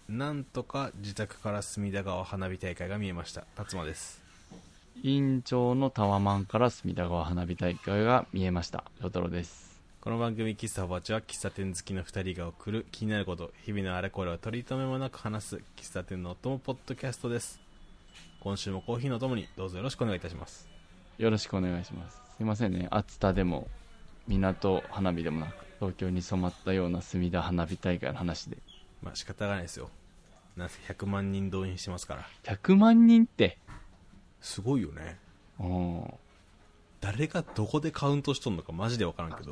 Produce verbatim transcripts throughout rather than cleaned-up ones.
なんとか自宅から隅田川花火大会が見えました。辰馬です。 委員長のタワマンから隅田川花火大会が見えました。翔太郎です。 この番組喫茶おばちは喫茶店好きのふたりが送る気になること、日々のあれこれを取り留めもなく話す喫茶店のお供ポッドキャストです。今週もコーヒーのお供にどうぞよろしくお願いいたします。 よろしくお願いします。すいませんね、熱田でも港花火でもなく東京に染まったような隅田花火大会の話で、 まあ仕方がないですよ。なんせひゃくまんにん動員してますから。 ひゃくまんにんってすごいよね。 うん、 誰がどこでカウントしとんのかマジで分からんけど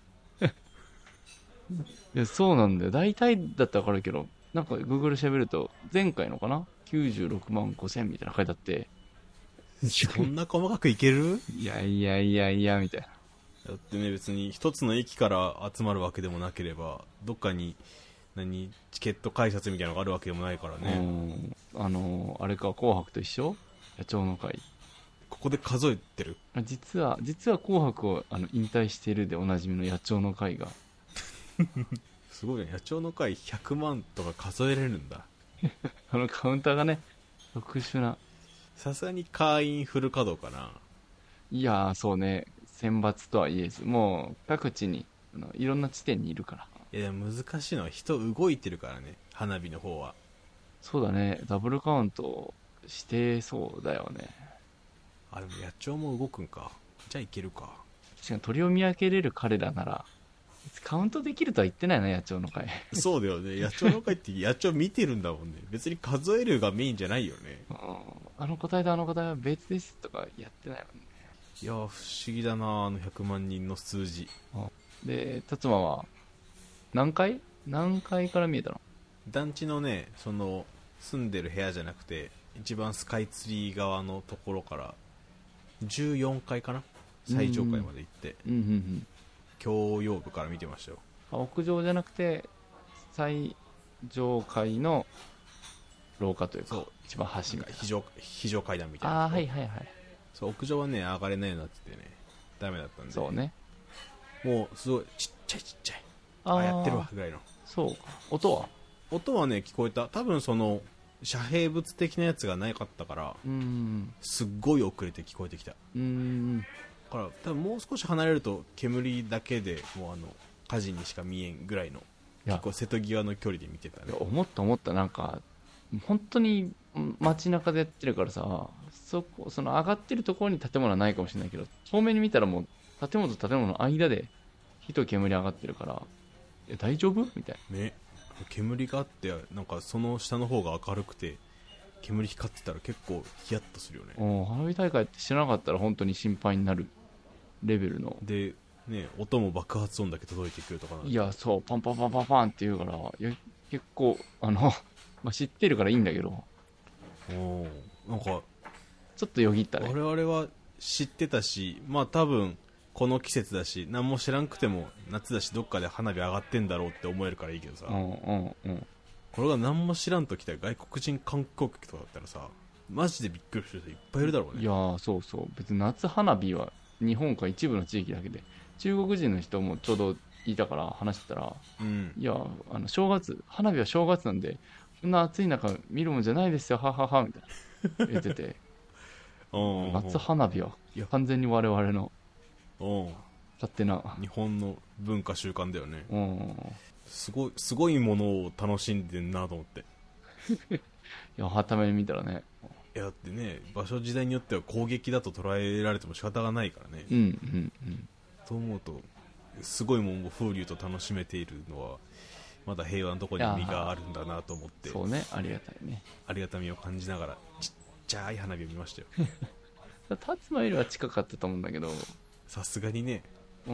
いやそうなんだよ。大体だったら分かるけど、なんか Google 調べると前回のかなきゅうじゅうろくまんごせんみたいな書いてあって、 そんな細かくいける？ いやいやいやいやみたいな。 だってね、別に一つの駅から集まるわけでもなければ、どっかに何チケット改札みたいなのがあるわけでもないからね。 うん、あのあれか、紅白と一緒、野鳥の会。 ここで数えてる？ 実は実は紅白をあの引退しているでおなじみの野鳥の会がすごいね。野鳥の会ひゃくまんとか数えれるんだあのカウンターがね、特殊な。 さすがに会員フル稼働かな。 いやーそうね、選抜とは言えず、もう各地にあのいろんな地点にいるから。 いやでも難しいのは人動いてるからね、花火の方は。 そうだね、ダブルカウントしてそうだよね。 あ、でも野鳥も動くんか。じゃあいけるか。 確かに鳥を見分けれる彼らならカウントできるとは言ってないな、野鳥の会そうだよね、野鳥の会って野鳥見てるんだもんね。別に数えるがメインじゃないよね。 あの個体とあの個体は別ですとかやってないもんね。 いや不思議だな、あのひゃくまんにんの数字。 で辰馬は何階何階から見えたの？ 団地のね、その住んでる部屋じゃなくて一番スカイツリー側のところからじゅうよんかいかな、最上階まで行って、 うんうんうん、 共用部から見てましたよ。 屋上じゃなくて最上階の廊下というか、そう一番端みたいな非常、非常階段みたいな。 ああはいはいはい。 そう屋上はね上がれないようになっててね、ダメだったんで。 そうね、 もうすごいちっちゃいちっちゃい、ああやってるわぐらいの。 そうか。音は音はね聞こえた。多分その遮蔽物的なやつがなかったから、 うーん、 すっごい遅れて聞こえてきた。 うーん、 だから多分もう少し離れると煙だけでもうあの火事にしか見えんぐらいの、結構瀬戸際の距離で見てたね。 思った思った。なんか本当に街中でやってるからさ、そこその上がってるところに建物はないかもしれないけど、遠目に見たらもう建物と建物の間で火と煙上がってるから、え大丈夫みたいなね。煙があって、なんかその下の方が明るくて煙光ってたら結構ヒヤッとするよね。 お花火大会って知らなかったら本当に心配になるレベルのでね、音も爆発音だけ届いてくるとかなんて。 いやそうパンパンパンパンパンって言うから、いや結構あの、まあ、知ってるからいいんだけど、 おなんかちょっとよぎったね。 我々は知ってたし、まあ多分この季節だし何も知らんくても夏だしどっかで花火上がってんだろうって思えるからいいけどさ、 うんうんうん、 これが何も知らんと来た外国人観光客とかだったらさ、マジでびっくりする人いっぱいいるだろうね。 いやーそうそう、別に夏花火は日本か一部の地域だけで、中国人の人もちょうどいたから話してたら、 うん、 いやあの正月花火は正月なんでそんな暑い中見るもんじゃないですよはははみたいな言ってて夏花火は完全に我々の勝手な日本の文化習慣だよね。 うん、 すごいすごいものを楽しんでんなと思っていやはために見たらね、 いやだってね、場所時代によっては攻撃だと捉えられても仕方がないからね。 うんうんうん、 と思うとすごいもんを風流と楽しめているのはまだ平和なところに身があるんだなと思って、 そうね、ありがたいね。 ありがたみを感じながらちっちゃい花火を見ましたよ辰馬よりは近かったと思うんだけど、 さすがにね。 うん、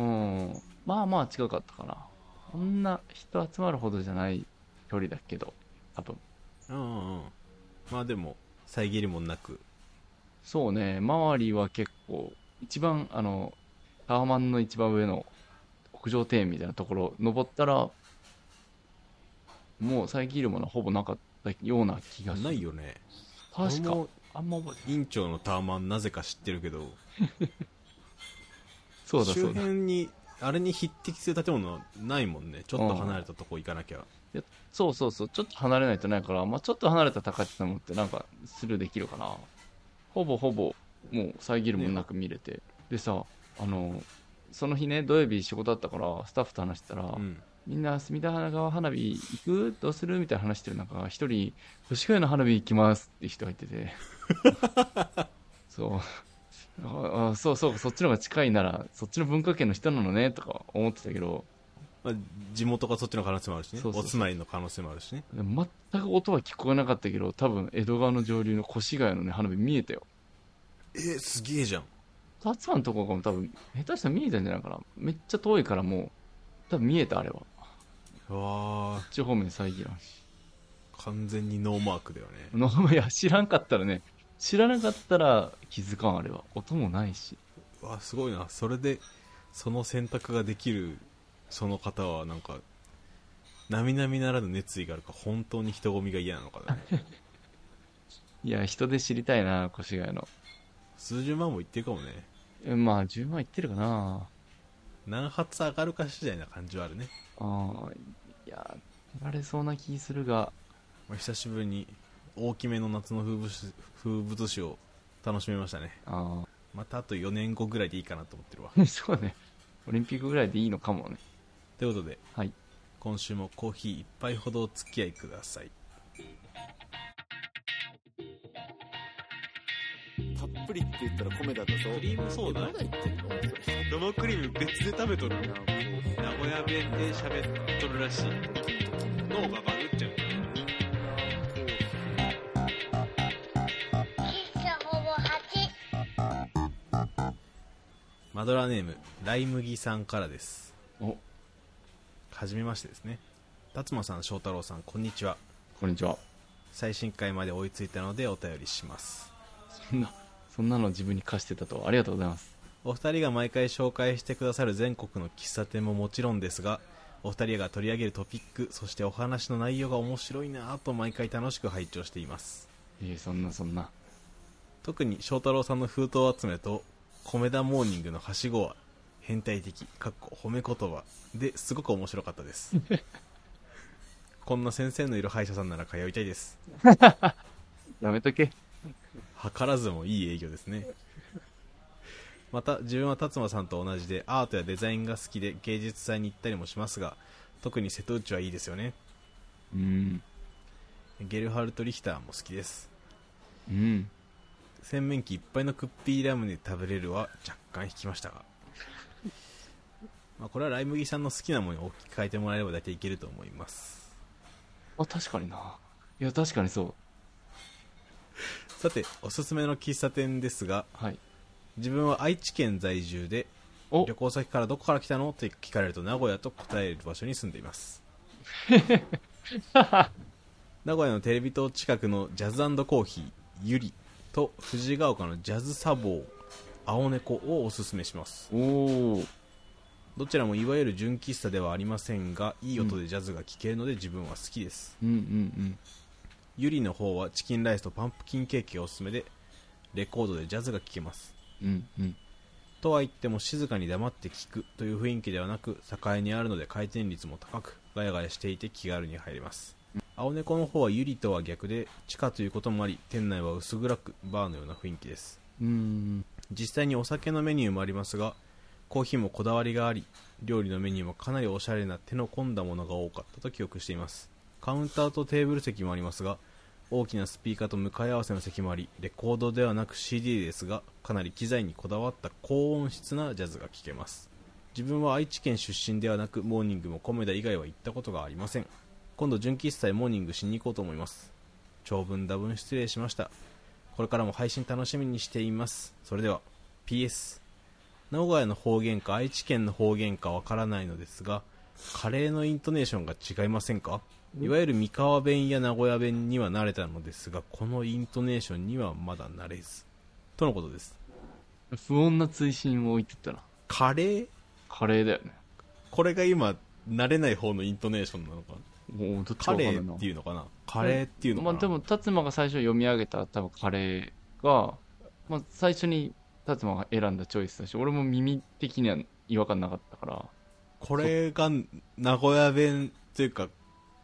まあまあ近かったかな。こんな人集まるほどじゃない距離だけど多分。 うんうんうん、まあでも遮りもなく。 そうね、周りは結構一番あのタワマンの一番上の屋上庭園みたいなところ登ったらもう遮るものはほぼなかったような気がする。 ないよね。 確かあんま覚えてない。 院長のタワマンなぜか知ってるけどそうだそうだ、 周辺にあれに匹敵する建物ないもんね。ちょっと離れたとこ行かなきゃ。 やそうそうそう、ちょっと離れないとないから、まあ、ちょっと離れた高知さんもってなんかスルーできるかな。ほぼほぼもう遮るもなく見れて、でさ、あのその日ね土曜日仕事だったからスタッフと話したら、 うん。 みんな隅田川花火行くどうするみたいな話してる中、一人越谷の花火行きますって人がいててそうああそうそう、そっちの方が近いならそっちの文化圏の人なのねとか思ってたけど、 まあ、地元がそっちの可能性もあるしね。 そうそうそう、 お住まいの可能性もあるしね。 全く音は聞こえなかったけど、多分江戸川の上流の越谷のね花火見えたよ。 えー、すげえじゃん。 達馬のとこかも多分下手したら見えたんじゃないかな。めっちゃ遠いからもう多分見えた、あれは。 うわこっち方面遮らんし。 ー、完全にノーマークだよね。 のいや知らんかったらね、知らなかったら気づかん、あれは音もないし。 うわ、すごいな。それでその選択ができるその方はなんか並々ならぬ熱意があるか、本当に人混みが嫌なのかね。 いや人で知りたいな、越谷の。 数十万もいってるかもね。 えまあじゅうまんいってるかな。 何発上がるか次第な感じはあるね。 ああ、いや取られそうな気するが。 まあ、久しぶりに大きめの夏の風物詩風物詩を楽しめましたね。 あまたあとよねんごぐらいでいいかなと思ってるわ。 あそうね、オリンピックぐらいでいいのかもね。 ということで、 はい、 今週もコーヒー一杯ほどお付き合いください。 たっぷりって言ったら米だったぞ。 クリームソーダまだ言ってんの生クリーム別で食べとる。名古屋弁で喋っとるらしい。脳がバグっちゃう。マドラーネームライ麦さんからです。 おはじめましてですね。達馬さん、翔太郎さん、こんにちは。 こんにちは。 最新回まで追いついたのでお便りします。 そんなそんなの自分に課してたとはありがとうございます。 お二人が毎回紹介してくださる全国の喫茶店ももちろんですが、お二人が取り上げるトピック、そしてお話の内容が面白いなぁと毎回楽しく拝聴しています。 いえそんなそんな。 特に翔太郎さんの封筒集めと米田モーニングのはしごは変態的かっこ褒め言葉ですごく面白かったですこんな先生のいる歯医者さんなら通いたいです。 やめとけ。 図らずもいい営業ですね。また自分は達馬さんと同じでアートやデザインが好きで芸術祭に行ったりもしますが、特に瀬戸内はいいですよね。 うんゲルハルト・リヒターも好きです。 うん洗面器いっぱいのクッピーラムネ食べれるは若干引きましたがまあこれはライ麦さんの好きなものに置き換えてもらえれば大体いけると思います。 あ確かにな。いや確かにそう。 さておすすめの喫茶店ですが、 はい。 自分は愛知県在住でお旅行先からどこから来たのと聞かれると名古屋と答える場所に住んでいます名古屋のテレビ塔近くのジャズ&コーヒーゆりと藤ヶ丘のジャズサボー青猫をおすすめします。 おお。 どちらもいわゆる純喫茶ではありませんが、いい音でジャズが聴けるので自分は好きです。 うんうんゆりの方はチキンライスとパンプキンケーキがおすすめで、レコードでジャズが聴けます。 うんうんうんとは言っても静かに黙って聴くという雰囲気ではなく、栄にあるので回転率も高くガヤガヤしていて気軽に入れます。青猫の方はゆりとは逆で地下ということもあり、店内は薄暗くバーのような雰囲気です。 うーん実際にお酒のメニューもありますが、コーヒーもこだわりがあり、料理のメニューもかなりおしゃれな手の込んだものが多かったと記憶しています。カウンターとテーブル席もありますが、大きなスピーカーと向かい合わせの席もあり、レコードではなく シーディー ですが、かなり機材にこだわった高音質なジャズが聴けます。自分は愛知県出身ではなく、モーニングもコメダ以外は行ったことがありません。今度純喫茶へモーニングしに行こうと思います。長文多文失礼しました。これからも配信楽しみにしています。それでは ピーエス、 名古屋の方言か愛知県の方言かわからないのですが、カレーのイントネーションが違いませんか？いわゆる三河弁や名古屋弁には慣れたのですが、このイントネーションにはまだ慣れずとのことです。 不穏な追伸を置いてったな。 カレー？ カレーだよね。 これが今慣れない方のイントネーションなのかな。 もうどっちかカレわかんないな。 ーっていうのかな、カレーっていうのかな、 まあでも達馬が最初読み上げた多分カレーが、まあ、最初に達馬が選んだチョイスだし、俺も耳的には違和感なかったから。 これが名古屋弁というか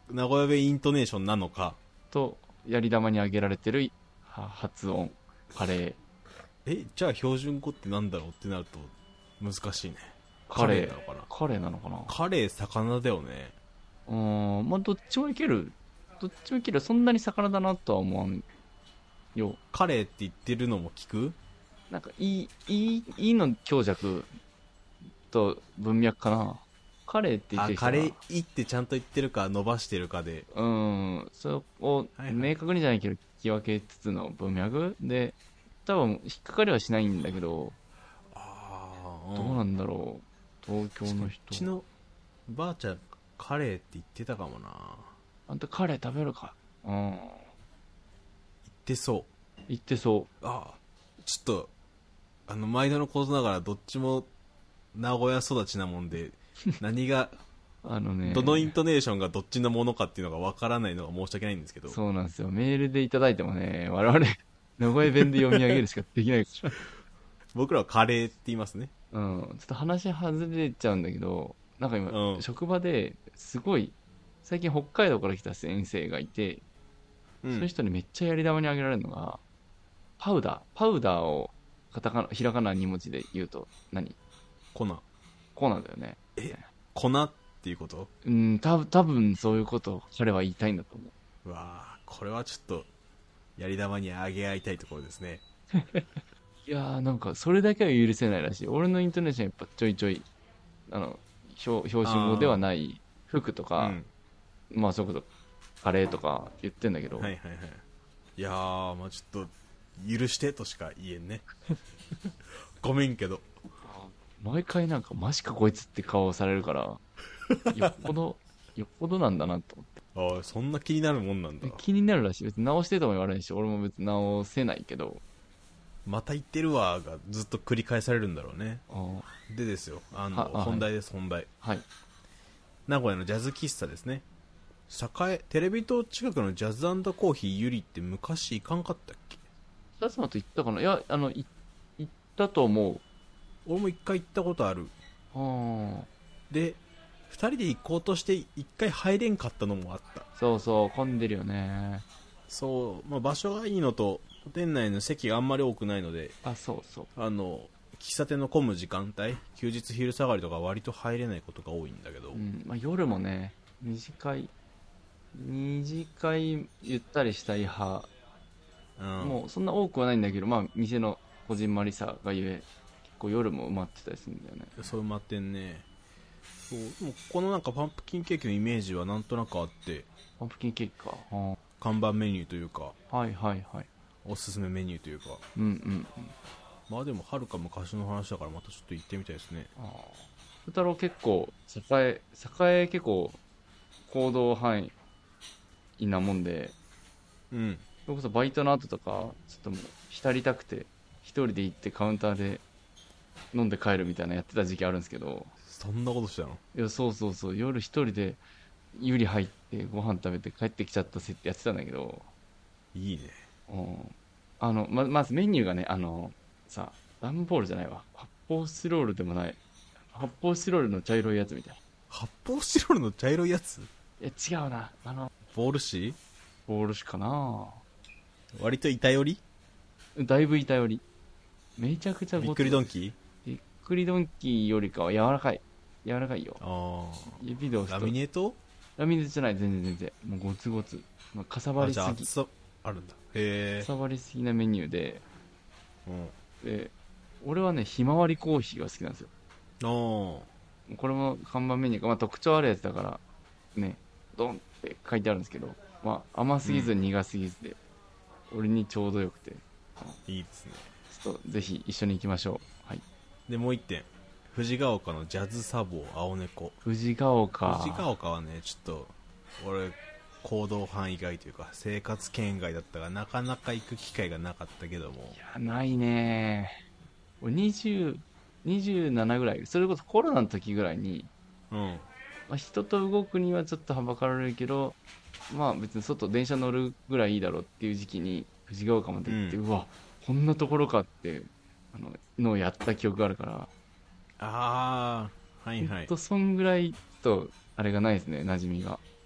名古屋弁イントネーションなのかとやり玉に挙げられてるは発音カレーえじゃあ標準語ってなんだろうってなると難しいね。 カレーなのかな。 カレーなのかな。 カレー魚だよね。 うーんまあどっちもいけるどっちもいける。そんなに魚だなとは思わんよ。 カレーって言ってるのも聞く。 なんかいいいいいいの強弱と文脈かな。カレーって言っあてる人はカレーいってちゃんと言ってるか伸ばしてるかで。 うんそこをはいはい明確にじゃないけど聞き分けつつの文脈で多分引っかかりはしないんだけど、 ああ、 どうなんだろう東京の人。 うちのばあちゃんカレーって言ってたかもな。 あんたカレー食べるか。うん言ってそう言ってそああちょっとあの毎度のことながらどっちも名古屋育ちなもんで何がう。あのねどのイントネーションがどっちのものかっていうのがわからないのが申し訳ないんですけど、 そうなんですよ。メールでいただいてもね我々名古屋弁で読み上げるしかできないから僕らはカレーって言いますね。 うんちょっと話外れちゃうんだけどなんか今、 うん、 職場ですごい最近北海道から来た先生がいて、 うん、 その人にめっちゃやり玉にあげられるのがパウダーパウダーをカタカナひらがなに文字で言うと何粉こうなんだよね。 粉っていうこと。 うんた多分そういうことを彼は言いたいんだと思う。 うわあこれはちょっとやり玉にあげ合いたいところですね。 いやーなんかそれだけは許せないらしい。俺のイントネーションやっぱちょいちょいあの標標準語ではない服とか、 うん、 まあそういうことカレーとか言ってんだけど、 はいはいはい。いやーまあちょっと許してとしか言えんねごめんけど毎回なんかマジかこいつって顔をされるからよっぽどよっぽどなんだなと思って。 ああそんな気になるもんなんだ。 気になるらしい。別に直してとも言われないし俺も別に直せないけど、 また言ってるわがずっと繰り返されるんだろうね。 あでですよあのはあ本題です。本題はい名古屋のジャズ喫茶ですね。栄テレビ塔近くのジャズ&コーヒーゆりって昔行かんかったっけ。 二つまと行ったかな。いやあのい行ったと思う。 俺も一回行ったことある。 あでふたりで行こうとして一回入れんかったのもあった。 そうそう混んでるよね。 そう、まあ、場所がいいのと店内の席があんまり多くないのであそうそうあの喫茶店の混む時間帯休日昼下がりとか割と入れないことが多いんだけど、 うんまあ、夜もね短い短いゆったりしたい派、 うん、 もうそんな多くはないんだけどまあ店のこじんまりさがゆえ結構夜も埋まってたりするんだよね。 そう埋まってんね。そうでもこのなんかパンプキンケーキのイメージはなんとなくあってパンプキンケーキか。は看板メニューというかあはいはいはい。 おすすめメニューというかうんうんうん。 まあでもはるか昔の話だからまたちょっと行ってみたいですね。 ああ福太郎結構栄栄結構行動範囲なもんで、 うんそれこそバイトの後とかちょっともう浸りたくて一人で行ってカウンターで飲んで帰るみたいなやってた時期あるんですけど、 そんなことしたの。 いやそうそうそう夜一人で湯り入ってご飯食べて帰ってきちゃった設定やってたんだけど、 いいね。 うんあの ま, まずメニューがねあのさ段ボールじゃないわ発泡スチロールでもない発泡スチロールの茶色いやつみたい発泡スチロールの茶色いやつ。 な。いや違うなあのボール紙ボールしかな。 割と板寄り。 だいぶ板寄りめちゃくちゃごつびっくりドンキー。 びっくりドンキーよりかは柔らかい柔らかいよ。 あ指で押すとラミネート。 ラミネートじゃない全然全然もうゴツゴツ、まあ、かさばあじゃありすぎ厚さあるんだ。へえかさばりすぎなメニューで、 うんで俺はねひまわりコーヒーが好きなんですよ。 あこれも看板メニューが、まあ、特徴あるやつだからねドンって書いてあるんですけど、まあ、甘すぎず苦すぎずで、俺にちょうどよくてーいいですね。 ちょっとぜひ一緒に行きましょう。はいでもう一点藤ヶ丘のジャズサボー青猫。 藤ヶ丘藤ヶ丘はねちょっと俺行動範囲外というか生活圏外だったからなかなか行く機会がなかったけども。 いやないね俺にじゅう、にじゅうななぐらいそれこそコロナの時ぐらいに、 うんまあ、人と動くにはちょっとはばかられるけどまあ別に外電車乗るぐらいいいだろうっていう時期に藤ヶ丘まで行って、ううんわこんなところかってあののをやった記憶があるから、 ああはいはい。 ほんとそんぐらいとあれがないですね馴染みが。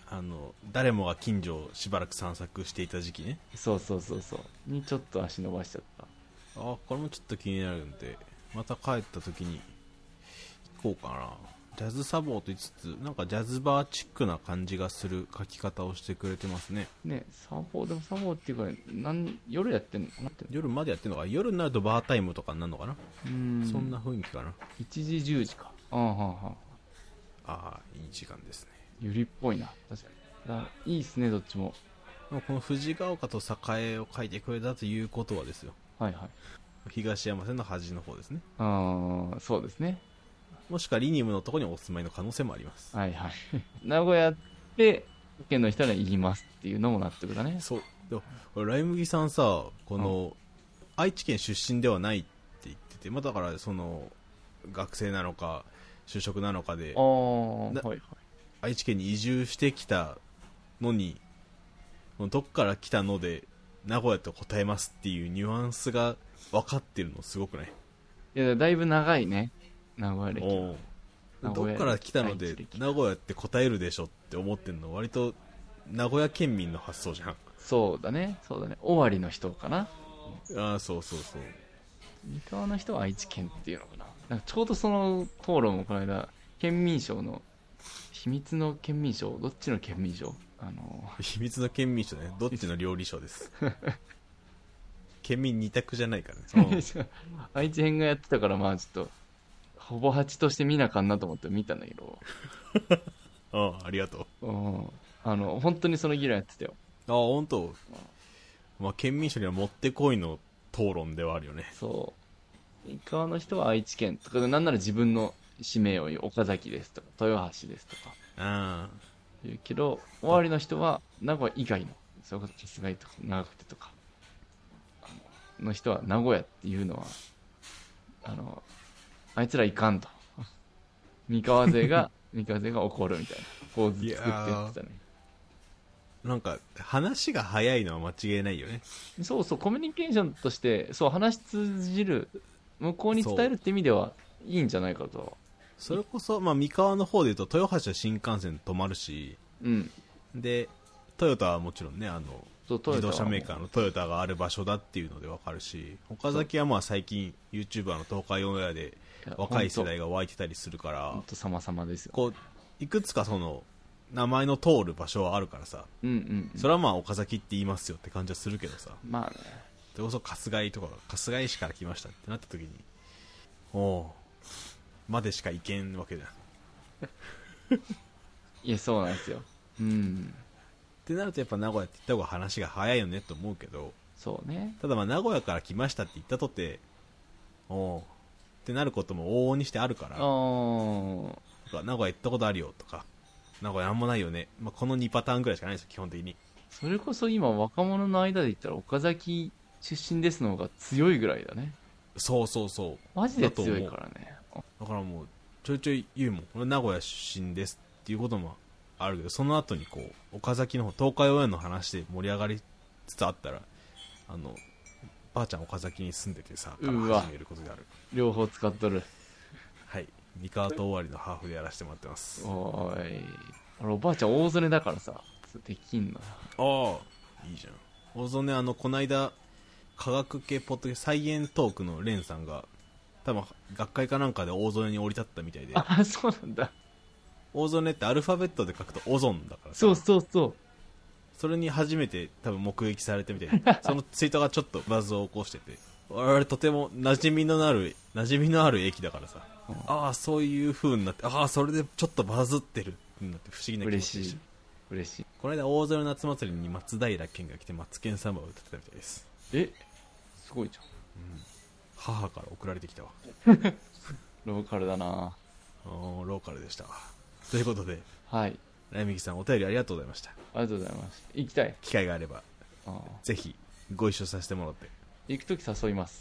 あの誰もが近所をしばらく散策していた時期ね。 そうそうそうそうにちょっと足伸ばしちゃった。 あこれもちょっと気になるんで、また帰った時に行こうかな。ジャズサボーと言いつつ、なんかジャズバーチックな感じがする書き方をしてくれてますね。 ね、サボでもサボっていうか、なん夜やってんのかなって。 夜までやってんのか。夜になるとバータイムとかになるのかな。 うーん、 そんな雰囲気かな。 いちじじゅうじか。ああはあはあ。 ああいい時間ですね。 ゆりっぽいな、確かに。だいいっすね、どっちも。 この藤ヶ丘と栄を書いてくれたということはですよ、 はいはい。 東山線の端の方ですね。 ああ、そうですね。 もしくはリニウムのところにお住まいの可能性もあります。 はいはい。名古屋で県の人には言いますっていうのも納得だね。 そう。でもこれライ麦さんさ、この、愛知県出身ではないって言ってて、まあ、だからその学生なのか就職なのかでああ、はいはい。 愛知県に移住してきたのに、どっから来たので名古屋と答えますっていうニュアンスが分かってるのすごくない？ いや、だいぶ長いね、名古屋歴は。 おうどっから来たので名古屋って答えるでしょって思ってんの割と名古屋県民の発想じゃん。 そうだね、そうだね。尾張の人かな。 ああそうそうそう。 三河の人は愛知県っていうのかな。なんかちょうどその討論もこの間、県民賞の秘密の県民賞、どっちの県民賞、あの秘密の県民賞ね。どっちの料理賞です県民二択じゃないからね。 愛知編がやってたから、まあちょっとほぼ八として見なあかんなと思って見たんだけどああありがとう。 うん、あの本当にその議論やってたよ。 ああ本当。まあ県民賞にはもってこいの討論ではあるよね。 そう三河の人は愛知県とかで、なんなら自分の氏名を言う、岡崎ですとか豊橋ですとかああ言うけど、尾張の人は名古屋以外の、それこそ春日井とか長久手とかあのの人は名古屋っていうのは、あのあいつらいかんと三河勢が三河勢が怒るみたいな構図作ってやってたね。 なんか話が早いのは間違いないよね。 そうそう、コミュニケーションとしてそう話し通じる、向こうに伝えるって意味ではいいんじゃないかと。 それこそ、まあ、三河の方でいうと豊橋は新幹線止まるし、 うん、 でトヨタはもちろんね、あのそう自動車メーカーのトヨタがある場所だっていうので分かるし、岡崎はまあ最近 YouTuber の東海オンエアで若い世代が湧いてたりするから、 本当様々ですよ。 こういくつかその名前の通る場所はあるからさ、 うんうんうん、 それはまあ岡崎って言いますよって感じはするけどさ、 まあね、 それこそ春日井とか春日井市から来ましたってなった時に、おおまでしか行けんわけじゃんいやそうなんですよ。うんってなるとやっぱ名古屋って言った方が話が早いよねと思うけど、 そうね。 ただまあ名古屋から来ましたって言ったとて、おおってなることも往々にしてあるから、 あー名古屋行ったことあるよとか、名古屋なんもないよね、まあ、このにパターンぐらいしかないですよ基本的に。 それこそ今若者の間で言ったら岡崎出身ですの方が強いぐらいだね。 そうそうそう、 マジで強いからね。 だからもうちょいちょい言うもん、俺名古屋出身ですっていうこともあるけど、その後にこう岡崎の方東海オンエアの話で盛り上がりつつあったら、あのばあちゃん岡崎に住んでてさから始めることである。 両方使っとる。 はい、三河と尾張のハーフでやらせてもらってます。 おーい、あれおばあちゃん大曽根だからさできんの。 ああいいじゃん。大曽根、あのこの間科学系ポッドキャストサイエントークのレンさんが多分学会かなんかで大曽根に降り立ったみたいで、 あ、そうなんだ。 大曽根ってアルファベットで書くとオゾンだからさ、 そうそうそう。 それに初めて多分目撃されてみたいなそのツイートがちょっとバズを起こしてて、我々とても馴染みのある馴染みのある駅だからさ、うん、ああそういう風になって、ああそれでちょっとバズってるってなって不思議な気持ちでした。 嬉しい。 この間大曽根夏祭りに松平健が来てマツケンサンバを歌ってたみたいです。 え、すごいじゃん、 うん、母から送られてきたわローカルだな。 おローカルでしたわ。ということで、 はい、 ライミキさんお便りありがとうございました。 ありがとうございます。行きたい。 機会があればあぜひご一緒させてもらって。 行くとき誘います。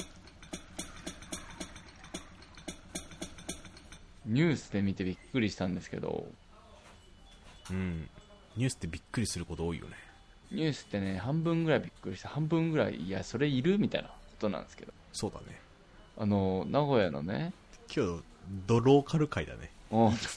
ニュースで見てびっくりしたんですけど、 うんニュースってびっくりすること多いよね。 ニュースってね、半分ぐらいびっくりした、半分ぐらいいやそれいるみたいなことなんですけど、 そうだね。 あの名古屋のね、 今日ドローカル会だね。 おちょっと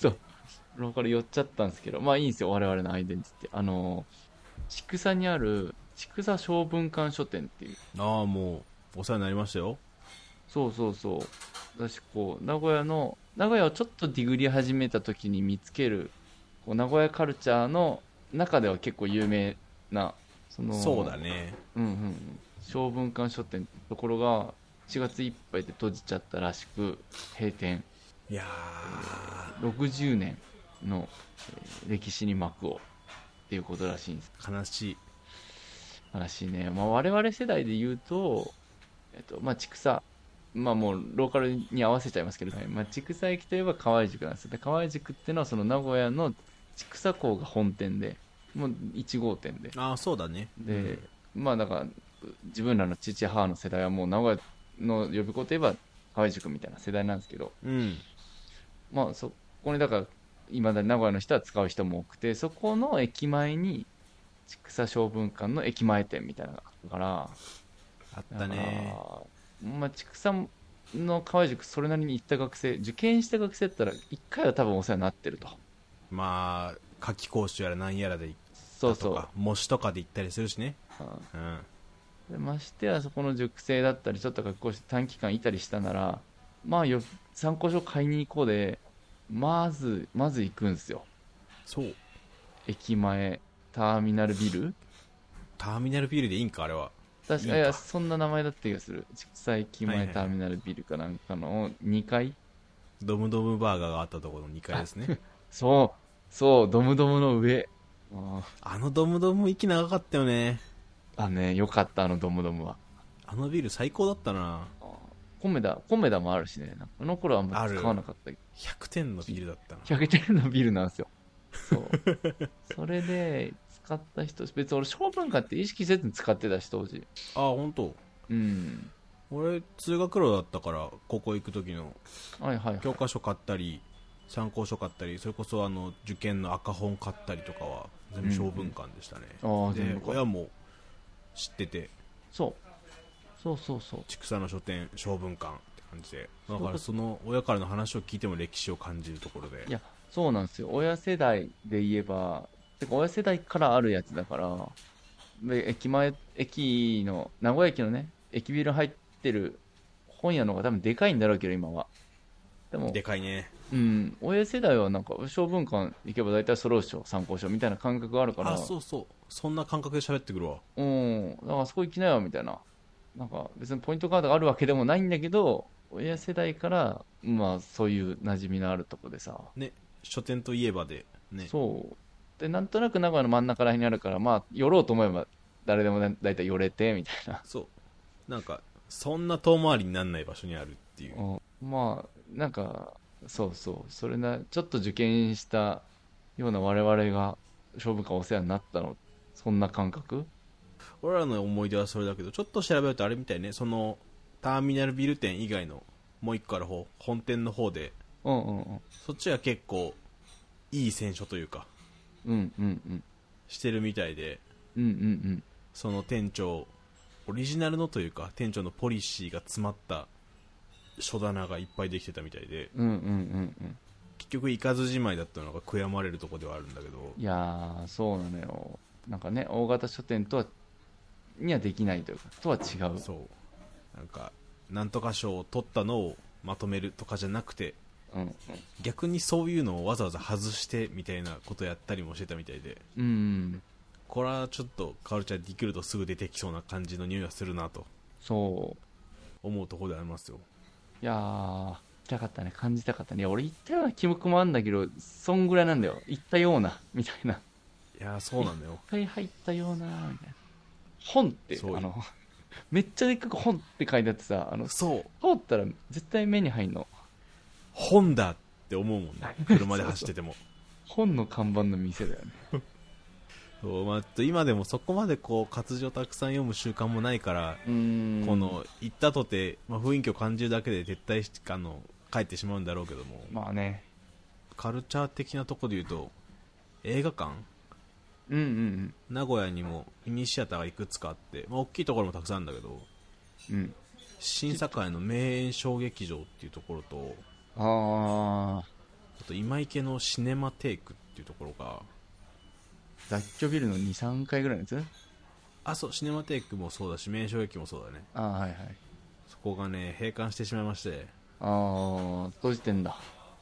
ローカル寄っちゃったんですけど、まあいいんですよ、我々のアイデンティティ。あの、千種にある、千種小文館書店っていう。 ああ、もう、お世話になりましたよ。 そうそうそう。私、こう、名古屋の、名古屋をちょっとディグり始めた時に見つける、こう名古屋カルチャーの中では結構有名な、その、 そうだね。 うんうんうん。小文館書店ってところが、しがついっぱいで閉じちゃったらしく、閉店。 いやろくじゅうねんの、えー歴史に幕をっていうことらしいんです。 ー、悲しい。 らしいね。まあ、我々世代で言うと、えっと、まあ、千種、まあもうローカルに合わせちゃいますけど、ね、まあ、千種駅といえば河合宿なんですよ。で、河合宿っていうのはその名古屋の千種港が本店で、もういち号店で。 ああ、そうだね。 で、まあだから、自分らの父母の世代はもう名古屋の呼び子といえば河合宿みたいな世代なんですけど、 うん。 まあそこにだから、今だに名古屋の人は使う人も多くて、そこの駅前に、千種小文館の駅前店みたいなのがあったから、 あったね。 まあ、千種の河合塾それなりに行った学生、受験した学生だったらいっかいは多分お世話になってると。 まあ、夏季講習やら何やらで行そうそうったとか、模試とかで行ったりするしね。うん。 でましてやそこの塾生だったりちょっと学校して短期間いたりしたなら、まあよ参考書買いに行こうで、まずまず行くんですよ。 そう。 駅前ターミナルビル、 ターミナルビルでいいんか、あれは。 確かいいかいやそんな名前だった気がする。千種駅前はいはいターミナルビルかなんかのにかい、 ドムドムバーガーがあったところのにかいですね。 そうそうドムドムの上。ああのドムドム息長かったよね。 あね、よかったあのドムドムは。 あのビル最高だったな。 コメダ、コメダもあるしね。なんかあの頃はあんま使わなかったけど。 ひゃくてんのビルだったな。 ひゃくてんのビルなんですよ。そう。それで、使った人、別に俺、小文化って意識せずに使ってたし、当時。 ああ、本当。 うん。 俺、通学路だったから、高校行く時のはいはい、はい。 教科書買ったり、参考書買ったり、それこそあの受験の赤本買ったりとかは全部小文館でしたね。 うんああ、 で全部か。 親も知ってて、 そう。そうそうそう。 千種の書店小文館って感じで、だかそういうことらその親からの話を聞いても歴史を感じるところで。 いや、そうなんですよ。親世代で言えば、てか親世代からあるやつだから、で、駅前、駅の、名古屋駅のね、駅ビル入ってる本屋の方が多分でかいんだろうけど、今は。でも、 でかいね。 うん、親世代はなんか小文館行けば大体揃うでしょ、参考書みたいな感覚があるから、 あ、そうそう、そんな感覚で喋ってくるわ。 うん、だからあそこ行きなよみたいな、なんか別にポイントカードがあるわけでもないんだけど、親世代からまあそういう馴染みのあるとこでさ、 ね、書店といえばでね。 そうで、なんとなく名古屋の真ん中らへんにあるから、まあ寄ろうと思えば誰でもだ大体寄れてみたいな、 そうなんかそんな遠回りにならない場所にあるっていう。 うん、まあなんかそうそう、それなちょっと受験したような我々が小文館お世話になったの、そんな感覚。 俺らの思い出はそれだけど、ちょっと調べるとあれみたいね、そのターミナルビル店以外のもう一個ある方、本店の方で、 うんうんうんそっちは結構いい選書というかうんうんうんしてるみたいで、 うんうんうんその店長オリジナルのというか店長のポリシーが詰まった書棚がいっぱいできてたみたいで、 うんうんうんうん結局行かずじまいだったのが悔やまれるところではあるんだけど、 いやーそうなのよ。なんかね、大型書店とはにはできないというか、とは違う。 そうなんかなんとか賞を取ったのをまとめるとかじゃなくて、 うん逆にそういうのをわざわざ外してみたいなことやったりもしてたみたいで、 うんうんこれはちょっとカルチャーできるとすぐ出てきそうな感じの匂いがするなとそう思うところでありますよ。 いやー行きたかったね、感じたかったね。いや俺行ったような記憶もあるんだけど、そんぐらいなんだよ。行ったようなみたいな、 いやーそうなんだよ。 一回入ったようなみたいな。本ってそうあのめっちゃでっかく本って書いてあってさ、あのそう通ったら絶対目に入んの。 本だって思うもんね、車で走ってても。 本の看板の店だよね。 そう、まあ、今でもそこまでこう活字をたくさん読む習慣もないから、 うーんこの行ったとて、まあ、雰囲気を感じるだけで撤退しあの帰ってしまうんだろうけども、 まあね、 カルチャー的なところで言うと映画館、 うんうん名古屋にもミニシアターがいくつかあって、まあ、大きいところもたくさんあるんだけど、 うんうん新栄の名演小劇場っていうところと、 あああと今池のシネマテイクっていうところが、 雑居ビルのにさんかいぐらいのやつ。 あ、そう、シネマテイクもそうだし名所駅もそうだね。 ああはいはい。 そこがね閉館してしまいまして。 ああ閉じてんだ。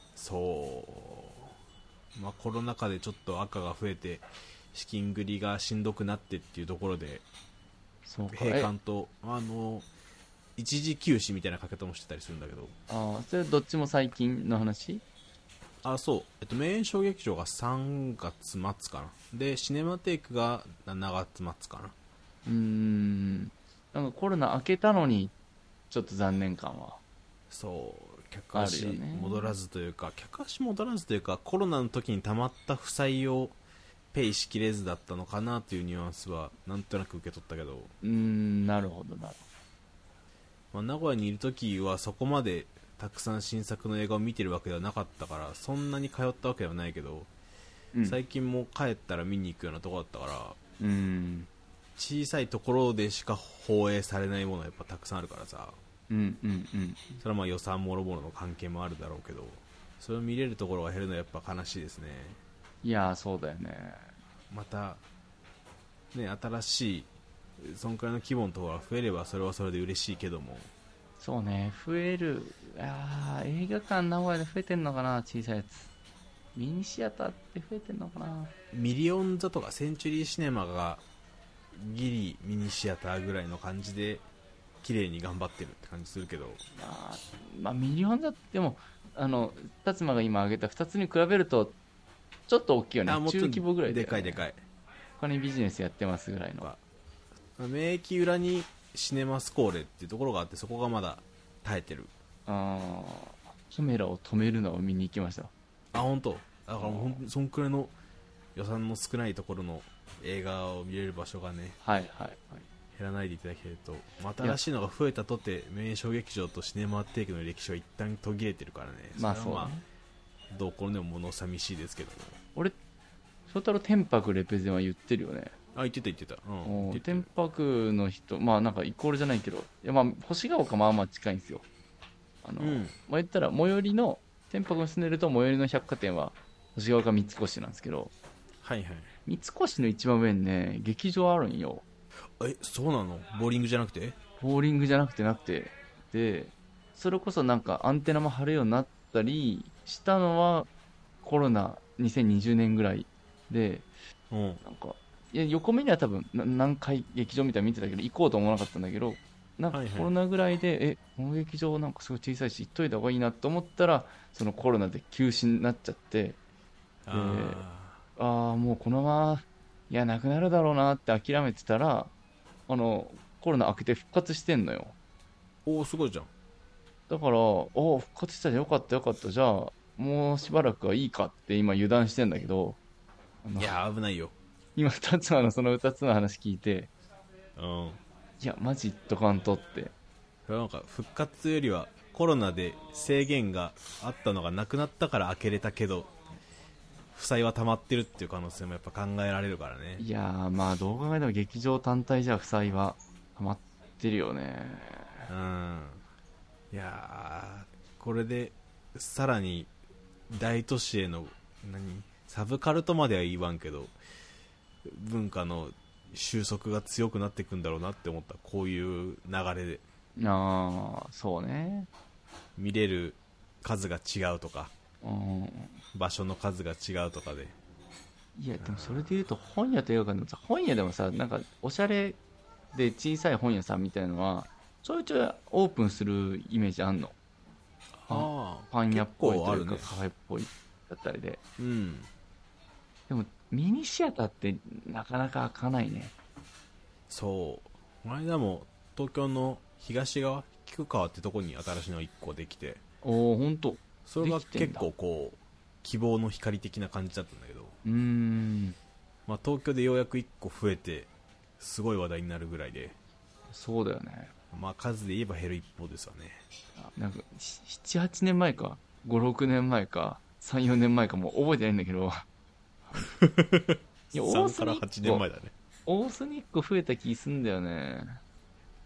そうまあコロナ禍でちょっと赤が増えて資金繰りがしんどくなってっていうところでそうか。 閉館とあの一時休止みたいなかけ方もしてたりするんだけど。 ああそれどっちも最近の話。 あ、そう、えっと、名所劇場がさんがつ末かな。でシネマテイクがしちがつ末かな。 うーんなんかコロナ明けたのにちょっと残念感は。 そう客足あるよね戻らずというか、客足戻らずというかコロナの時に溜まった負債をペイしきれずだったのかなというニュアンスはなんとなく受け取ったけど、 うーんなるほどなるまあ、名古屋にいる時はそこまでたくさん新作の映画を見てるわけではなかったからそんなに通ったわけではないけど、 ほど、うん、 最近も帰ったら見に行くようなところだったから、 うーん小さいところでしか放映されないものがやっぱたくさんあるからさ、 うんうんうんそれはまあ予算もろもろの関係もあるだろうけど、それを見れるところが減るのはやっぱ悲しいですね。 いやーそうだよね。 またね新しいそんくらいの規模のところが増えればそれはそれで嬉しいけども、 そうね増える。あー映画館名古屋で増えてんのかな。小さいやつミニシアターって増えてんのかな。 ミリオン座とかセンチュリーシネマがギリミニシアターぐらいの感じで綺麗に頑張ってるって感じするけど、 まあ、まあ、ミリオンだってもあの達馬が今挙げたふたつに比べるとちょっと大きいよね。 あもっと中規模ぐらいだよね。 でかいでかい。 他にビジネスやってますぐらいの。 名駅裏にシネマスコーレっていうところがあってそこがまだ耐えてる。 あーカメラを止めるのを見に行きました。 あ本当。だからほんそんくらいの予算の少ないところの映画を見れる場所がねはいはいはい。 減らないでいただけると、また新しいのが増えたとて名所劇場とシネマテイクの歴史は一旦途切れてるからね。 まあそれはそうね。 どうこれでも物寂しいですけども。 俺翔太郎天白レペゼンは言ってるよね。 あ言ってた言ってた、うん、 お言ってる天白の人まあなんかイコールじゃないけど、いやまあ星ヶ丘まあまあ近いんですよ。あの、 うんまあ、言ったら最寄りの天白に住んでると最寄りの百貨店は星ヶ丘三越なんですけど、 はいはい。 三越の一番上にね劇場あるんよ。 えそうなの？ボーリングじゃなくて？ ボーリングじゃなくてなくてでそれこそなんかアンテナも張るようになったりしたのはコロナにせんにじゅうねんぐらいで、 うんなんかいや横目には多分な何回劇場みたいに見てたけど行こうと思わなかったんだけど、なんかはいはいコロナぐらいで、えこの劇場なんかすごい小さいし行っといた方がいいなと思ったらそのコロナで休止になっちゃって、 あああもうこのままいやなくなるだろうなって諦めてたらあのコロナ明けて復活してんのよ。 ーおおすごいじゃん。 だからおお復活したらよかったよかったじゃあもうしばらくはいいかって今油断してんだけど、あのいや危ないよ。 今ふたつのそのふたつの話聞いてうんいやマジ言っとかんとって。 それはなんか復活というよりはコロナで制限があったのがなくなったから開けれたけど負債は溜まってるっていう可能性もやっぱ考えられるからね。 いやーまあどう考えても劇場単体じゃ負債は溜まってるよね。 うんいやーこれでさらに大都市への何サブカルトまでは言わんけど文化の収束が強くなっていくんだろうなって思った。こういう流れでああそうね。 見れる数が違うとかうん場所の数が違うとかで。 いやでもそれで言うと本屋と映画館でもさ本屋でもさなんかおしゃれで小さい本屋さんみたいなのはちょいちょいオープンするイメージあんの。 ああパン屋っぽいというか結構あるね。 カフェっぽいだったりで。 うんでもミニシアターってなかなか開かないね。 そうこの間も東京の東側菊川ってとこに新しいのがいっこできて、 おおほんとそれができてんだ結構こう希望の光的な感じだったんだけど、 うーんまあ、東京でようやくいっこ増えてすごい話題になるぐらいで、 そうだよね。 まあ、数で言えば減る一方ですわね。 なんかななはちねんまえかごろくねんまえかさんよねんまえかもう覚えてないんだけどいやさんからはちねんまえだね。 大須にいっこ増えた気すんだよね。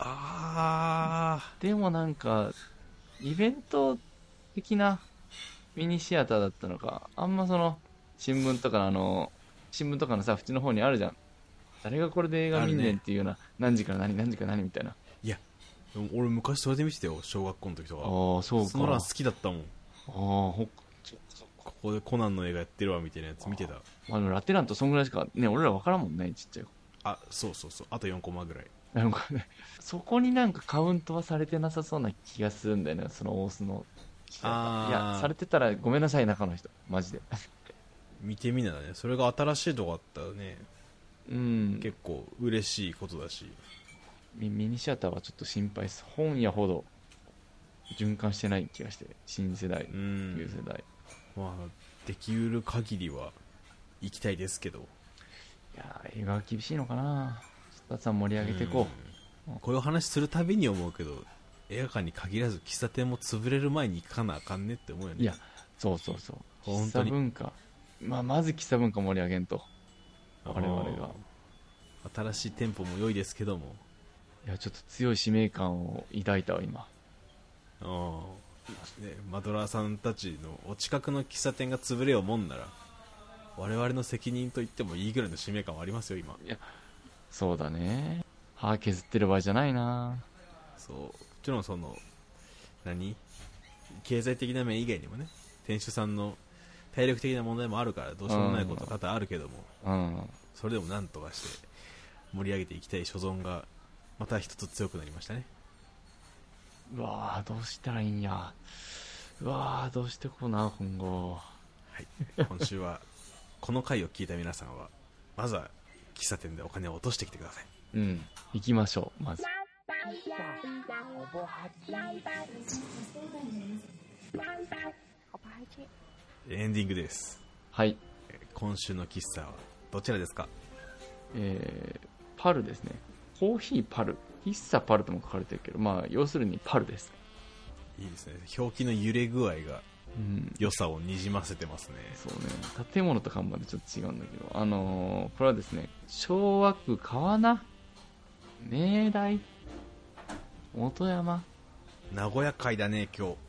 あでもなんかイベント的なミニシアターだったのか、あんまその新聞とかのあの新聞とかのさ縁の方にあるじゃん、誰がこれで映画見んねんっていうような、何時から何何時から何みたいな。 いやでも俺昔それで見てたよ、小学校の時とか。 ああそうか。 その欄好きだったもん。 ああほっちょそっか。 ここでコナンの映画やってるわみたいなやつ見てた。 まあ、でもラテラントそんぐらいしかね俺ら分からんもんね、ちっちゃい子。 あ、そうそうそう、あとよんコマぐらい。 なんかね、そこになんかカウントはされてなさそうな気がするんだよね、その大須の。 あーいやされてたらごめんなさい、中の人マジで。 見てみなだね、それが新しいとこあったらね、 うん結構嬉しいことだし。 ミミニシアターはちょっと心配です。本屋ほど循環してない気がして、新世代、 うん旧世代。 まあできうる限りは行きたいですけど、 いやー映画は厳しいのかな。スタッツさん盛り上げていこうんこういう話するたびに思うけど、映画館に限らず喫茶店も潰れる前に行かなあかんねって思うよう。 ね。 いやそうそうそう、喫本当に茶文化、まあ、まず喫茶文化盛り上げんと、我々が。 あー新しい店舗も良いですけども、 いやちょっと強い使命感を抱いたわ今。 あーね、マドラーさんたちのお近くの喫茶店が潰れようもんなら我々の責任と言ってもいいぐらいの使命感はありますよ今。 いやそうだね、歯削ってる場合じゃないな。 そう、もちろんその何経済的な面以外にもね、店主さんの体力的な問題もあるからどうしようもないことは多々あるけども、 うんそれでもなんとかして盛り上げていきたい所存がまた一つ強くなりましたね。 うわーどうしたらいいんや。うわーどうしてこうな今後。 はい、今週はこの回を聞いた皆さんはまずは喫茶店でお金を落としてきてください。 うん行きましょうまず。 エンディングです。 はいえー今週の喫茶はどちらですか？ えー、パルですね。コーヒーパル、喫茶パルとも書かれてるけど、まあ要するにパルです。 いいですね、表記の揺れ具合がうん良さをにじませてますね。 そうね、建物と看板でちょっと違うんだけど、あのー、これはですね、昭和区川名、明大、本山、 名古屋会だね今日。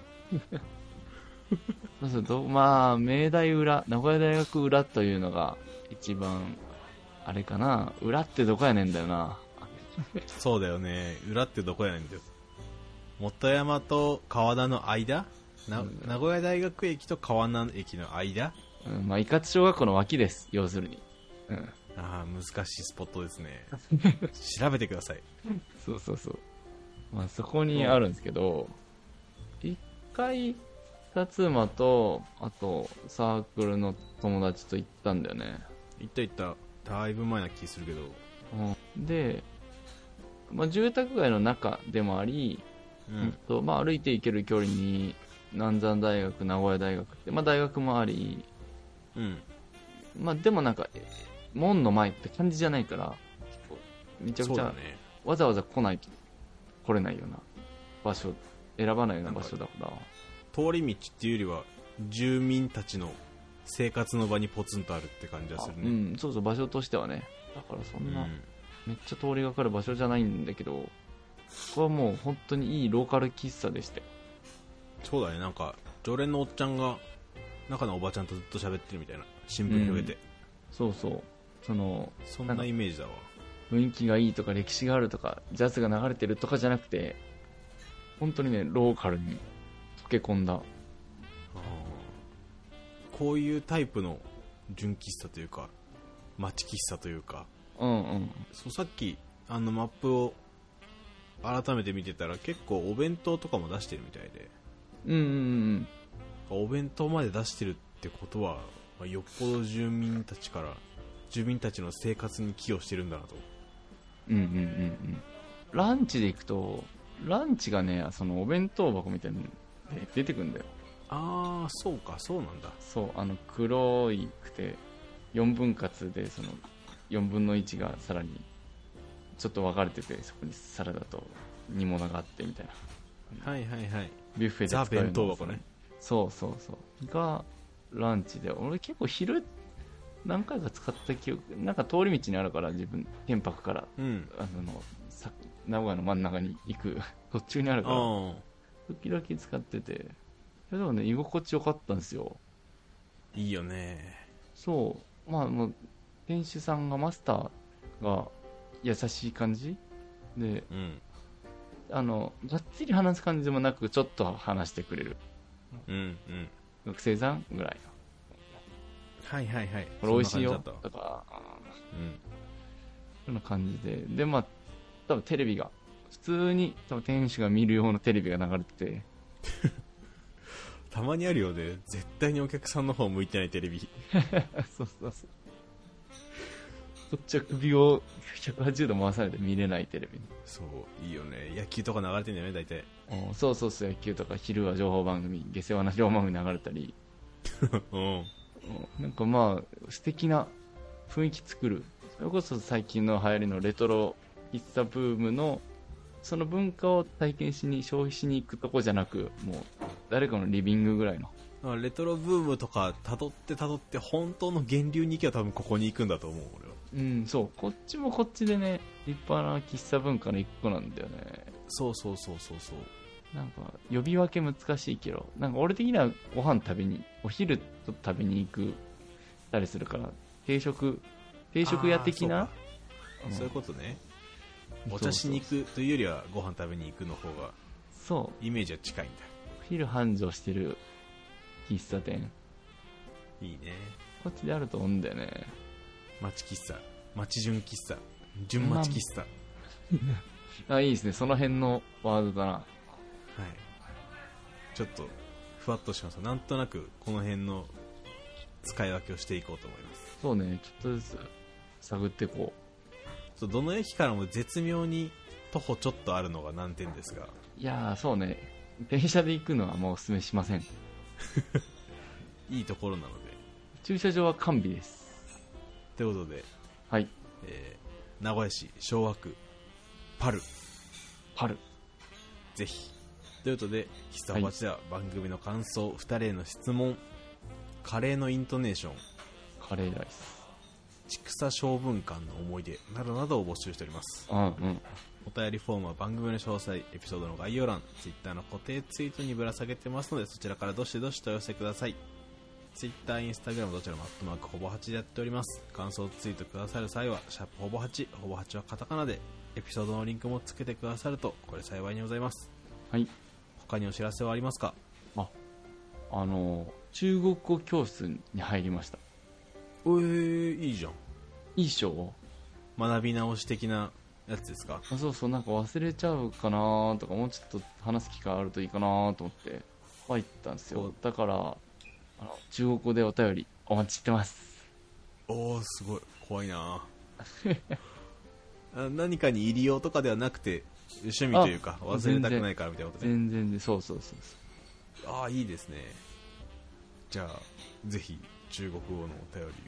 そうそうどまあ、明大裏、名古屋大学裏というのが一番、あれかな、裏ってどこやねんだよな。 そうだよね、裏ってどこやねんだよ。本山と川田の間、なうん名古屋大学駅と川名駅の間。 うん、まあ、伊勝小学校の脇です、要するに。うん。 ああ難しいスポットですね。調べてください。 そうそうそう。まあ、そこにあるんですけど、一回、辰馬と、あと、サークルの友達と行ったんだよね。 行った行った、だいぶ前な気するけど。 うん、で、まあ、住宅街の中でもあり、 うん、 うんとまあ、歩いて行ける距離に、南山大学、名古屋大学って、まあ、大学もあり、 うん、 まあ、でもなんか、え門の前って感じじゃないから、めちゃくちゃ、 そうだね。 わざわざ来ないと来れないような場所、選ばないような場所だから。 通り道っていうよりは住民たちの生活の場にポツンとあるって感じがするうね。 ん、そうそう、場所としてはね。だからそんな、 うんめっちゃ通りがかる場所じゃないんだけど、ここはもう本当にいいローカル喫茶でして。 そうだね、なんか常連のおっちゃんが中のおばちゃんとずっと喋ってるみたいな、新聞広げて、 そうそう。その、 そんなイメージだわ。 雰囲気がいいとか歴史があるとか、ジャズが流れてるとかじゃなくて、本当にね、ローカルに溶け込んだ。 あーこういうタイプの純喫茶というか町喫茶というか、 うんうん。 そうさっきあのマップを改めて見てたら結構お弁当とかも出してるみたいで、 うんうんうん。 お弁当まで出してるってことは、まあよっぽど住民たちから住民たちの生活に寄与してるんだなと。 うんうんうんうん。ランチで行くと、ランチがね、そのお弁当箱みたいなので出てくるんだよ。 ああそうか、そうなんだ。 そう、あの黒いくてよんぶん割でそのよんぶんのいちがさらにちょっと分かれてて、そこにサラダと煮物があってみたいな、 はいはいはい。 ビュッフェで使ザうような弁当箱ね。 そうそうそうがランチで、俺結構昼何回か使った記憶、なんか通り道にあるから、自分天白からうん。 あのさ名古屋の真ん中に行く途中にあるからあ時々使ってて、 やでもね居心地よかったんですよ。 いいよね。 そうまあもう店主さんがマスターが優しい感じで、 うんあのがっつり話す感じでもなくちょっと話してくれるうんうん学生さんぐらいはいはいはい。 のこれ美味しいよそんな感じだっとかたわそんな感じででまあ多分テレビが普通に多分店主が見るようなテレビが流れててうん、たまにあるよね。絶対にお客さんの方向いてないテレビ。 そうそうそうこっちは首をひゃくはちじゅうど回されて見れないテレビにそういいよね。野球とか流れてんだよね大体。 おそうそうそう野球とか昼は情報番組下世話な情報番組流れたりうんおなんかまあ素敵な雰囲気作るそれこそ最近の流行りのレトロ喫茶ブームのその文化を体験しに消費しに行くとこじゃなくもう誰かのリビングぐらいのレトロブームとか辿って辿って本当の源流に行けば多分ここに行くんだと思う俺は。 うんそうこっちもこっちでね立派な喫茶文化の一個なんだよね。 そうそうそうそうそうなんか呼び分け難しいけどなんか俺的にはご飯食べにお昼と食べに行くたりするから定食定食屋的なあーそうかそういうことね。お茶しに行くというよりはご飯食べに行くの方がそうイメージは近いんだ。 お昼繁盛してる喫茶店いいね。 こっちであると思うんだよね。 町喫茶、町順喫茶、順町喫茶、 あいいですねその辺のワードだな。 はいちょっとふわっとします。なんとなくこの辺の使い分けをしていこうと思います。 そうねちょっとずつ探っていこそうどの駅からも絶妙に徒歩ちょっとあるのが難点ですが、 う。いやーそうね電車で行くのはもうおすすめしません。 いいところなので。 駐車場は完備です。 ということで、 はいえー名古屋市昭和区パルパルぜひ。ということで喫茶おばちでは番組の感想、ふたりへの質問、カレーのイントネーション、 カレーライス千草小文館の思い出などなどを募集しております。 あうんお便りフォームは番組の詳細、エピソードの概要欄、ツイッターの固定ツイートにぶら下げてますので、そちらからどしどしとお寄せください。ツイッター、インスタグラムどちらもアットマークほぼはちでやっております。感想ツイートくださる際はシャープほぼはち、ほぼはちはカタカナでエピソードのリンクもつけてくださるとこれ幸いにございます。 はい他にお知らせはありますか？ ああの中国語教室に入りました。 えー、いいじゃん。 いいっしょ。 学び直し的なやつですか？ あそうそうなんか忘れちゃうかなとかもうちょっと話す機会あるといいかなと思って入ったんですよ。だからあの中国語でお便りお待ちしてます。 おーすごい怖いなあ何かに入りようとかではなくて趣味というか忘れたくないからみたいなことね。 全然でそうそうそうそああいいですね。じゃあぜひ中国語のお便りを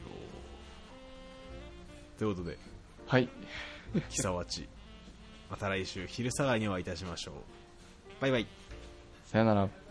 ということでうはいキサワチまた来週昼下がりにお会いいたしましょう。バイバイ。 さよなら。